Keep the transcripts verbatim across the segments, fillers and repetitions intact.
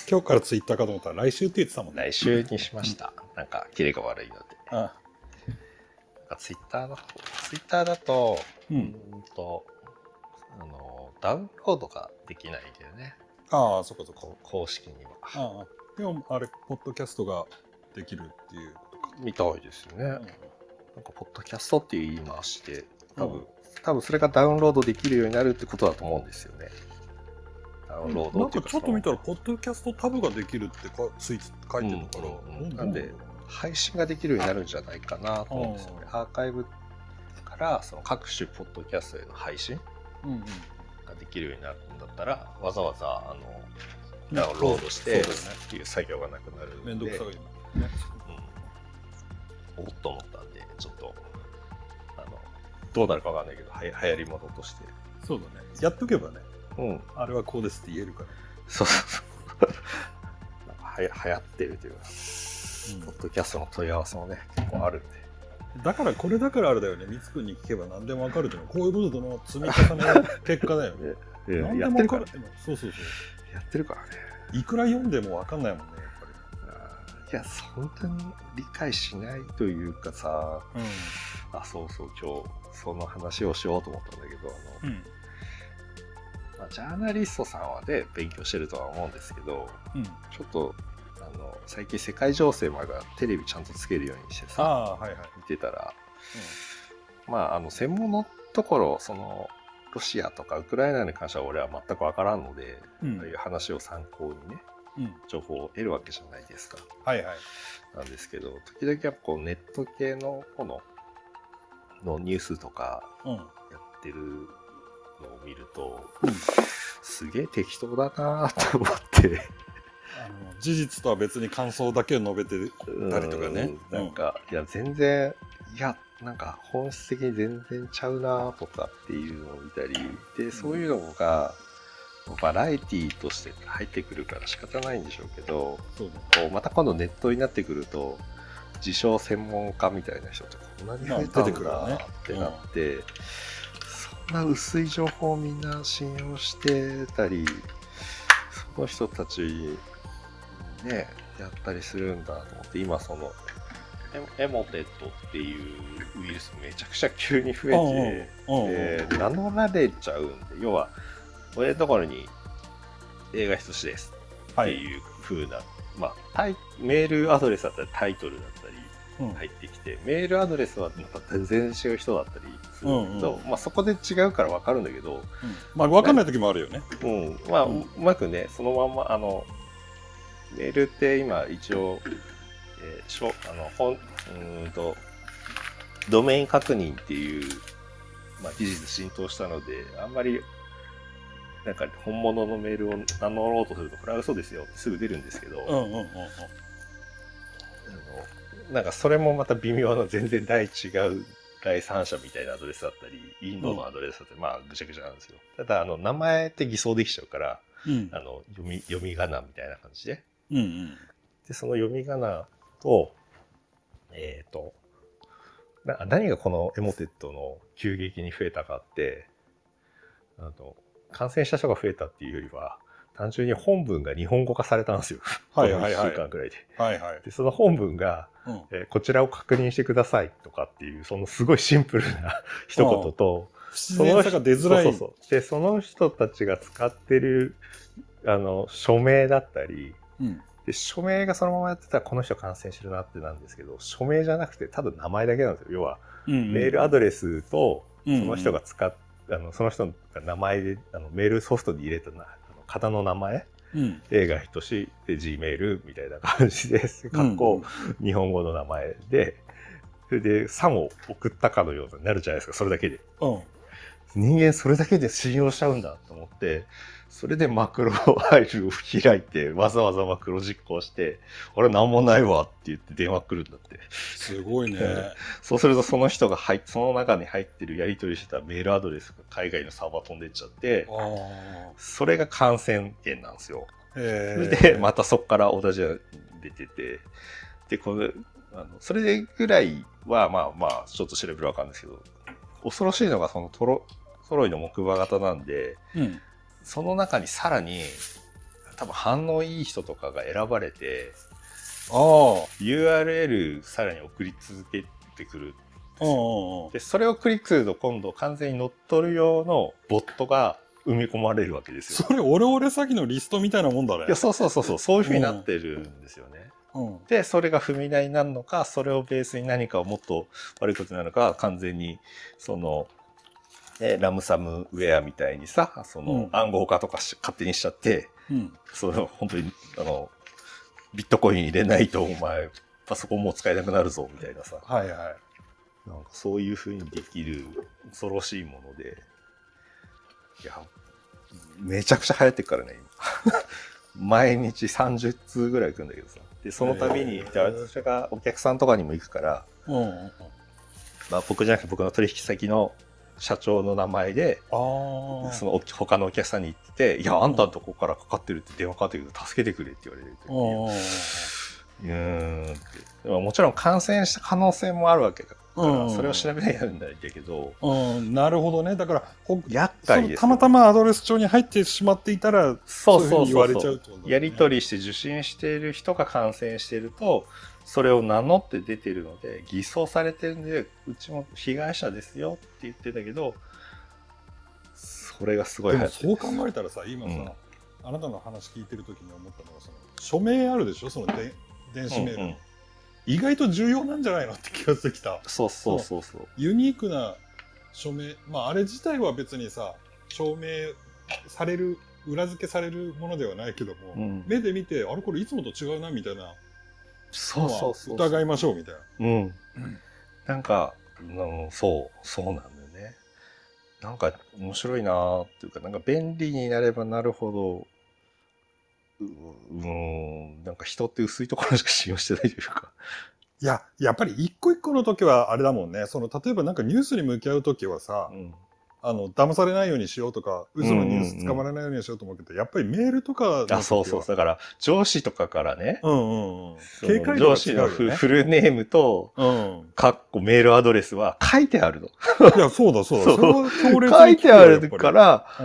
今日からツイッターかと思ったら来週って言ってたもんね。 来週にしました。うん、なんかキレが悪いので。 ああ、 なんかツイッターの方、ツイッターだと、 うん、 うんとあのダウンロードができないんだよね。 ああ、そっかそっか。 公式には。 ああ、でもあれポッドキャストができるっていうことか。 みたいですよね。うん、なんかポッドキャストっていう言い回しで、多分、 うん、 多分それがダウンロードできるようになるってことだと思うんですよね。ダウンロードっていうか、 なんかちょっと見たらポッドキャストタブができるってかつい書いてるから、 うんうんうん、なんで配信ができるようになるんじゃないかなと思うんですよね。アーカイブからその各種ポッドキャストへの配信ができるようになるんだったら、わざわざあのダウンロードしてっていう作業がなくなるので、 めんどくさいね、 うん、おっと思ったんで、ちょっとあのどうなるかわかんないけど、はや流行り物として、 そうだね、やっとけばね、 うん、 あれはこうですって言えるから。 そうそうそうなんかはや流行ってるというか、うん、ポッドキャストの問い合わせもね結構あるんで、 だからこれだからあれだよね、みつくんに聞けば何でもわかるというのはこういうことの積み重ねの結果だよね。何でもわかる。そうそうそう。 やってるからね。 いくら読んでもわかんないもんね、やっぱり。いや、本当に理解しないというかさ、うん、あ、そうそう、今日その話をしようと思ったんだけど、あの、うん、まあ、ジャーナリストさんはね勉強してるとは思うんですけど、うん、ちょっとあの最近世界情勢までテレビちゃんとつけるようにしてさ、あ、はいはい、見てたら、うん、まああの専門のところ、そのロシアとかウクライナに関しては俺は全く分からんので、うん、ああいう話を参考にね、うん、情報を得るわけじゃないですか。はいはい。なんですけど、時々やっぱこうネット系の方ののニュースとかやってるのを見ると、うん、すげえ適当だなと思ってあの事実とは別に感想だけを述べてたりとかね、 うん、なんか、うん、いや全然いやなんか本質的に全然ちゃうなとかっていうのを見たりで、そういうのがバラエティーとして入ってくるから仕方ないんでしょうけど、そうだ、こうまた今度ネットになってくると自称専門家みたいな人ってこんなに増えたんだってなって、うん、そんな薄い情報をみんな信用してたり、その人たちねやったりするんだと思って、今そのエモテットっていうウイルスめちゃくちゃ急に増えて、で名乗られちゃうんで、要は俺のところに映画ひとしですっていう風な、はい、まあタイメールアドレスだったりタイトルだったり入ってきて、うん、メールアドレスはまた全然違う人だったりするんだけど、うんうん、まあそこで違うから分かるんだけど、うん、 まあ分かんない時もあるよね。 うん、まあ、うん、うまくねそのままあのメールって今一応、えー、しょあのほんうんとドメイン確認っていう、まあ、技術浸透したので、あんまりなんか本物のメールを名乗ろうとするとこれは嘘ですよってすぐ出るんですけど、うんうんうんうん、あのなんかそれもまた微妙な全然第違う第三者みたいなアドレスだったりインドのアドレスだったり、うん、まあぐちゃぐちゃなんですよ。ただあの名前って偽装できちゃうから、うん、あの読み読み仮名みたいな感じで、うんうん、でその読み仮名とえっ、ー、とな何がこのエモテットの急激に増えたかって、あの感染した人が増えたっていうよりは、単純に本文が日本語化されたんですよ。はいはいはい。このいっしゅうかんくらいで。はいはい。で、その本文が、うんえー、こちらを確認してくださいとかっていう、そのすごいシンプルな一言と、 不自然さが出づらい。 そうそうそう。で、その人たちが使ってる、あの、署名だったり、うん、で、署名がそのままやってたらこの人感染してるなってなんですけど、署名じゃなくてただ名前だけなんですよ。要は、うんうん、メールアドレスと、その人が使って、あのその人が名前であのメールソフトに入れたなあの方の名前、うん、映画ひとしで Gmail みたいな感じで、かっこ日本語の名前で、それでさんを送ったかのようになるじゃないですか、それだけで。うん、人間それだけで信用しちゃうんだと思って、それでマクロファイルを開いて、わざわざマクロ実行して、俺なんもないわって言って電話来るんだって。 すごいね。 そうするとその人が入っその中に入ってるやり取りしてたメールアドレスが海外のサーバー飛んでっちゃって、それが感染源なんですよ。で、またそこから同じが出てて、で、これ、あのそれぐらいはまあまあちょっと調べるわかるんですけど、恐ろしいのがそのトロトロイの木馬型なんで、うん、その中にさらに多分反応いい人とかが選ばれて、 ああ。 ユーアールエル さらに送り続けてくるんですよ。で、それをクリックすると今度完全に乗っ取る用のボットが埋め込まれるわけですよ。 それオレオレ詐欺のリストみたいなもんだね。 いや、そうそうそうそう、そういう風になってるんですよね。うん、で、それが踏み台になるのか、それをベースに何かをもっと悪いことになるのか、完全にその、ね、ラムサムウェアみたいにさ、その暗号化とかし、うん、勝手にしちゃって、うん、その本当にあのビットコイン入れないとお前パソコンもう使えなくなるぞみたいなさ、 はいはい、 なんかそういう風にできる恐ろしいもので、いやめちゃくちゃ流行ってるからね今毎日さんじゅっつうぐらい来るんだけどさ、でその度に、えー、じゃあ私がお客さんとかにも行くから、うんうんうん、まあ、僕じゃなくて僕の取引先の社長の名前で、あその他のお客さんに言ってて、いや、あんたのとこからかかってるって電話かかってくると助けてくれって言われるときに、うーんって。でももちろん感染した可能性もあるわけだから、それを調べないとやるんだけど、 うん、なるほどね。だから、 厄介ですよ。 たまたまアドレス帳に入ってしまっていたら、 そうそうそうそう。やり取りして受診している人が感染していると、それを名乗って出てるので偽装されてるんで、うちも被害者ですよって言ってたけど、それがすごい流行ってる。 でもそう考えたらさ、今さ、うん、あなたの話聞いてる時に思ったのは、その署名あるでしょ、そので電子メール、うんうん、意外と重要なんじゃないのって気がしてきた。 そうそうそうそう。 ユニークな署名、まああれ自体は別にさ、証明される、裏付けされるものではないけども、うん、目で見て、あれこれいつもと違うなみたいな。 そうそうそう。 疑いましょうみたいな。 うん。うん、なんか、うん、そう、そうなんだよね。なんか面白いなーっていうか、なんか便利になればなるほど、う、うん、なんか人って薄いところしか信用してないというか。 いや、やっぱり一個一個の時はあれだもんね。その、例えばなんかニュースに向き合う時はさ、うん、あの、騙されないようにしようとか、嘘のニュース捕まらないようにしようと思うけど、うんうんうん、やっぱりメールとかの時は。 あ、そうそう。だから、上司とかからね。 うんうんうん。 警戒度が違うよね。上司のフルネームと、うん、かっこメールアドレスは書いてあるの。 いや、そうだそうだ。 そう。それ書いてあるから、うん、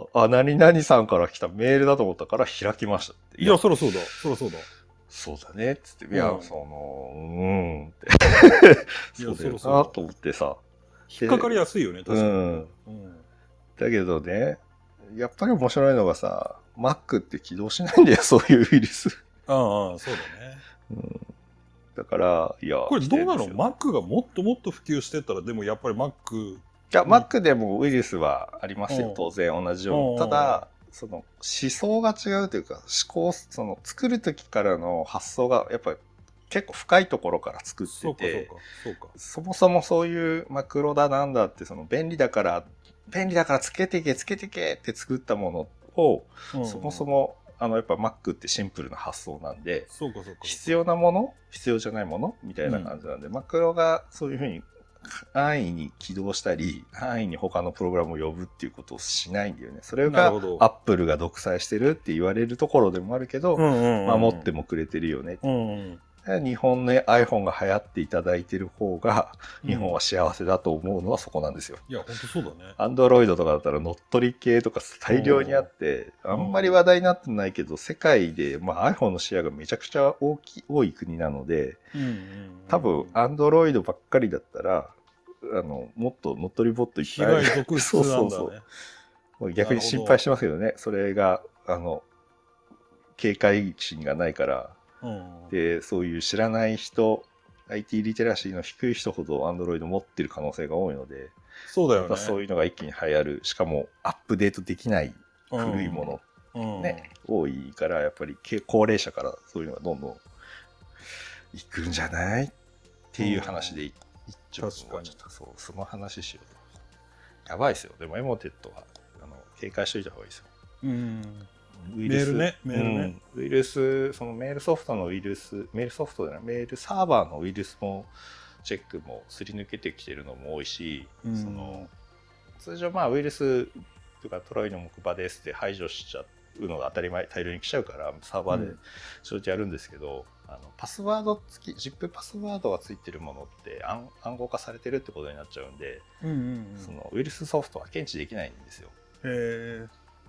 あ、何々さんから来たメールだと思ったから開きましたって。 いや、そらそうだ。そらそうだ。 そうだね。つって、いや、うん、その、うーんって。そうだよなと思ってさ。 引っかかりやすいよね、確かに。うんうん、だけどね、やっぱり面白いのがさ、Mac って起動しないんだよ、そういうウイルス。 ああ、そうだね。 うん、だから、いや、 これどうなの ?Mac がもっともっと普及してったら、でもやっぱり Mac。いや、Mac でもウイルスはありますよ、当然同じように。ただ、その思想が違うというか、思考、その作る時からの発想がやっぱり結構深いところから作ってて、 そうかそうかそうか、 そもそもそういうマクロだなんだってその便利だから便利だからつけていけつけていけって作ったものを、うん、そもそもあのやっぱ Mac ってシンプルな発想なんで、 そうかそうか、 必要なもの必要じゃないものみたいな感じなんで、うん、マクロがそういうふうに安易に起動したり安易に他のプログラムを呼ぶっていうことをしないんだよね。それが Apple が独裁してるって言われるところでもあるけど、うんうんうん、守ってもくれてるよねって、うんうん、日本の iPhone が流行っていただいてる方が日本は幸せだと思うのはそこなんですよ。 いや本当そうだね。 Android とかだったら乗っ取り系とか大量にあってあんまり話題になってないけど、世界で、まあ、iPhone のシェアがめちゃくちゃ大き多い国なので、うんうんうん、多分 Android ばっかりだったらあのもっと乗っ取りボットいっぱい被害続出なんだね。そうそうそう、逆に心配してますけどね、それがあの警戒心がないから、うん、でそういう知らない人 アイティー リテラシーの低い人ほど Android 持ってる可能性が多いので、 そうだよね、 そういうのが一気に流行る、しかもアップデートできない古いもの、ね、うん、多いからやっぱり高齢者からそういうのがどんどんいくんじゃないっていう話で、うん、一応確かにそうその話しようと。やばいですよ。でもエモテットはあの警戒しといた方がいいですよ。うん、 ウイルスメールね、メールね、 うん、ウイルス、そのメールソフトのウイルス、メールソフトじゃない、メールサーバーのウイルスもチェックもすり抜けてきてるのも多いし、うん、その通常まあウイルスとかトロイの木馬ですって排除しちゃうのが当たり前、大量に来ちゃうからサーバーで正直やるんですけど、うん、あのパスワード付き、ジップパスワードがついてるものって暗、暗号化されてるってことになっちゃうんで、うんうんうん、そのウイルスソフトは検知できないんですよ。へー。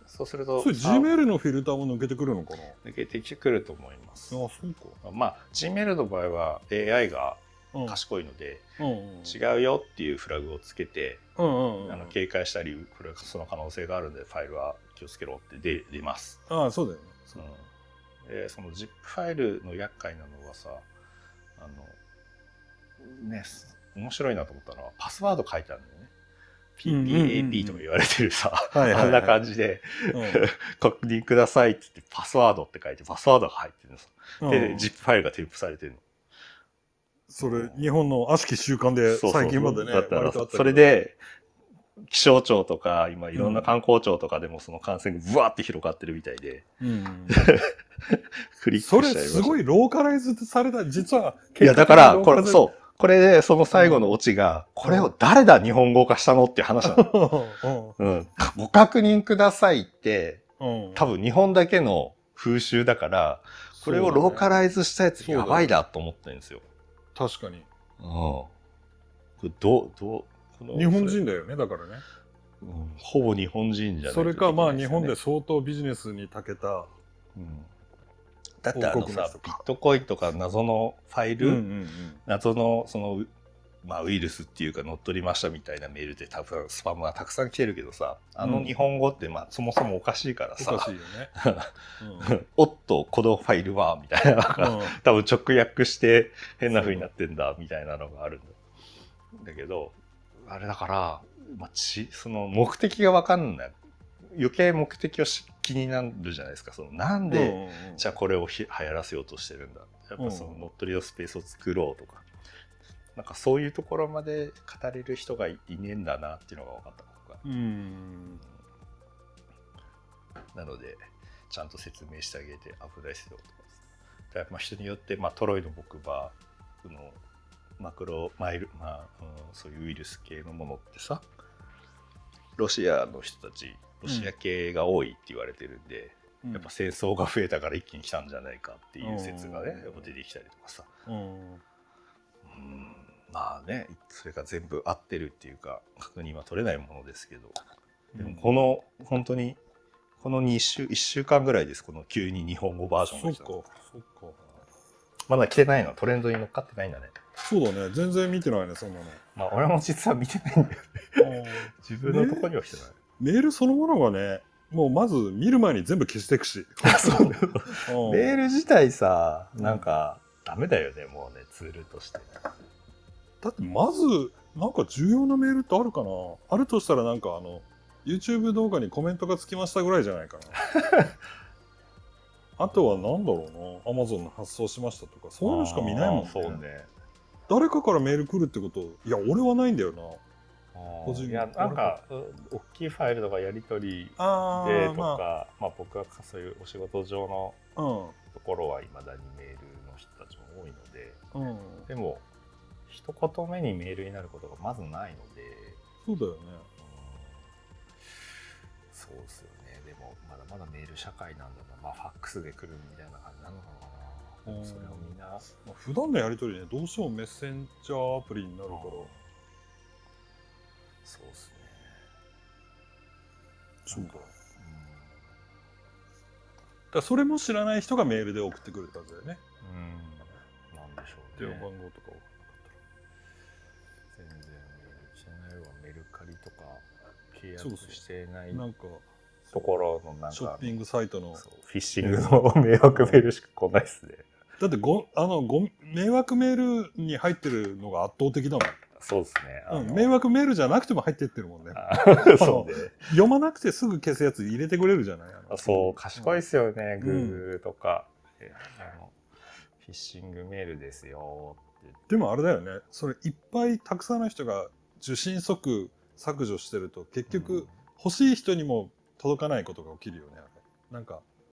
そうするとそれ Gmail のフィルターも抜けてくるのかな。 抜けてくると思います。 あ、そうか。 まあ Gmail の場合は エーアイ が賢いので、うんうんうん、違うよっていうフラグをつけて、うんうんうん、あの警戒したりその可能性があるのでファイルは気をつけろって出出ます。 ああ、そうだよね。そう、 うん、でその ジップ ファイルの厄介なのはさ、あのね、面白いなと思ったのはパスワード書いてあるんだよね。ピーピーエーピー とか言われてるさ、あんな感じで、うん、確認くださいって言ってパスワードって書いてパスワードが入ってるのさ、うん、で ジップ ファイルが添付されてるの。 それ日本の悪しき習慣で最近までね、 そうそうそう、だったらさ、それで気象庁とか今いろんな観光庁とかでもその感染がブワーって広がってるみたいで、うん、 クリックしちゃいました。それすごいローカライズされた、実は。 いやだからこれそう。これで、その最後のオチが、うん、これを誰だ日本語化したのっていう話なの。うん、ご確認くださいって、うん、多分日本だけの風習だから、これをローカライズしたやつやばいだと思ってるんですよ。 確かに。うん。 これどう、どう、 日本人だよね、だからね。 うん、ほぼ日本人じゃない、ね。 それか、まあ日本で相当ビジネスに長けた、 うん、だってあのさ、ビットコインとか謎のファイル、うんうんうん、謎のその、まあ、ウイルスっていうか乗っ取りましたみたいなメールで多分スパムがたくさん来てるけどさ、あの日本語ってまあそもそもおかしいからさ、 おかしいよね。 うん、おっとこのファイルはみたいな、うん、多分直訳して変な風になってんだみたいなのがあるんだ。だけどあれだから、まあ、ちその目的が分かんない。余計目的を気になるじゃないですか。そのなんで、うんうんうん、じゃあこれをひ流行らせようとしてるんだ。やっぱその乗っ取りのスペースを作ろうとか、なんかそういうところまで語れる人がいねえんだなっていうのが分かった僕は。うん、なのでちゃんと説明してあげて危ないですよとか。だからまあ人によってまあトロイの木馬のマクロマイルまあ、うん、そういうウイルス系のものってさ、ロシアの人たちロシア系が多いって言われてるんで、うん、やっぱ戦争が増えたから一気に来たんじゃないかっていう説がね、やっぱ出てきたりとかさ、うん、うんまあね、それが全部合ってるっていうか確認は取れないものですけど、でもこの本当にこのに週いっしゅうかんぐらいです、この急に日本語バージョンが来た。そっかそっか。まだ来てないの、トレンドに乗っかってないんだね。 そうだね、全然見てないね、そんなの。 まあ俺も実は見てないんだよね。自分のとこには来てない。 メールそのものがね、もうまず見る前に全部消していくし。 そうだよ。メール自体さ、なんかダメだよね、もうね、ツールとして。 だってまず、なんか重要なメールってあるかな？あるとしたらなんかあの、YouTube 動画にコメントがつきましたぐらいじゃないかな。あとはなんだろうな、Amazon の発送しましたとか、そういうのしか見ないもんね。 そうね。 誰かからメール来るってこと、いや、俺はないんだよな。 個人いやなんか大きいファイルとかやり取りでとか、まあ、まあ僕はそういうお仕事上のところはいまだにメールの人たちも多いので、うん、でも一言目にメールになることがまずないので。 そうだよね、うん、 そうですよね。でもまだまだメール社会なんだな。まあファックスで来るみたいな感じなのかな。うん、それをみんな、まあ、 普段のやり取りね、どうしてもメッセンジャーアプリになるから、うん、 そうですね。 そうか。うん、だそれも知らない人がメールで送ってくるはずだよね。 うん。なんでしょうね。 電話番号とかを。 全然メールしてないわ。メルカリとか契約してないなんかところのなんかショッピングサイトのフィッシングの迷惑メールしか来ないですね。 だってごあのご迷惑メールに入ってるのが圧倒的だもん。 そうですね、 うん、迷惑メールじゃなくても入ってってるもんね。 そうね。 読まなくてすぐ消すやつ入れてくれるじゃない。 あのそう賢いですよね、うん、Google とか、うん、あのフィッシングメールですよって。 でもあれだよね、それいっぱいたくさんの人が受信即削除してると結局欲しい人にも届かないことが起きるよね。なんか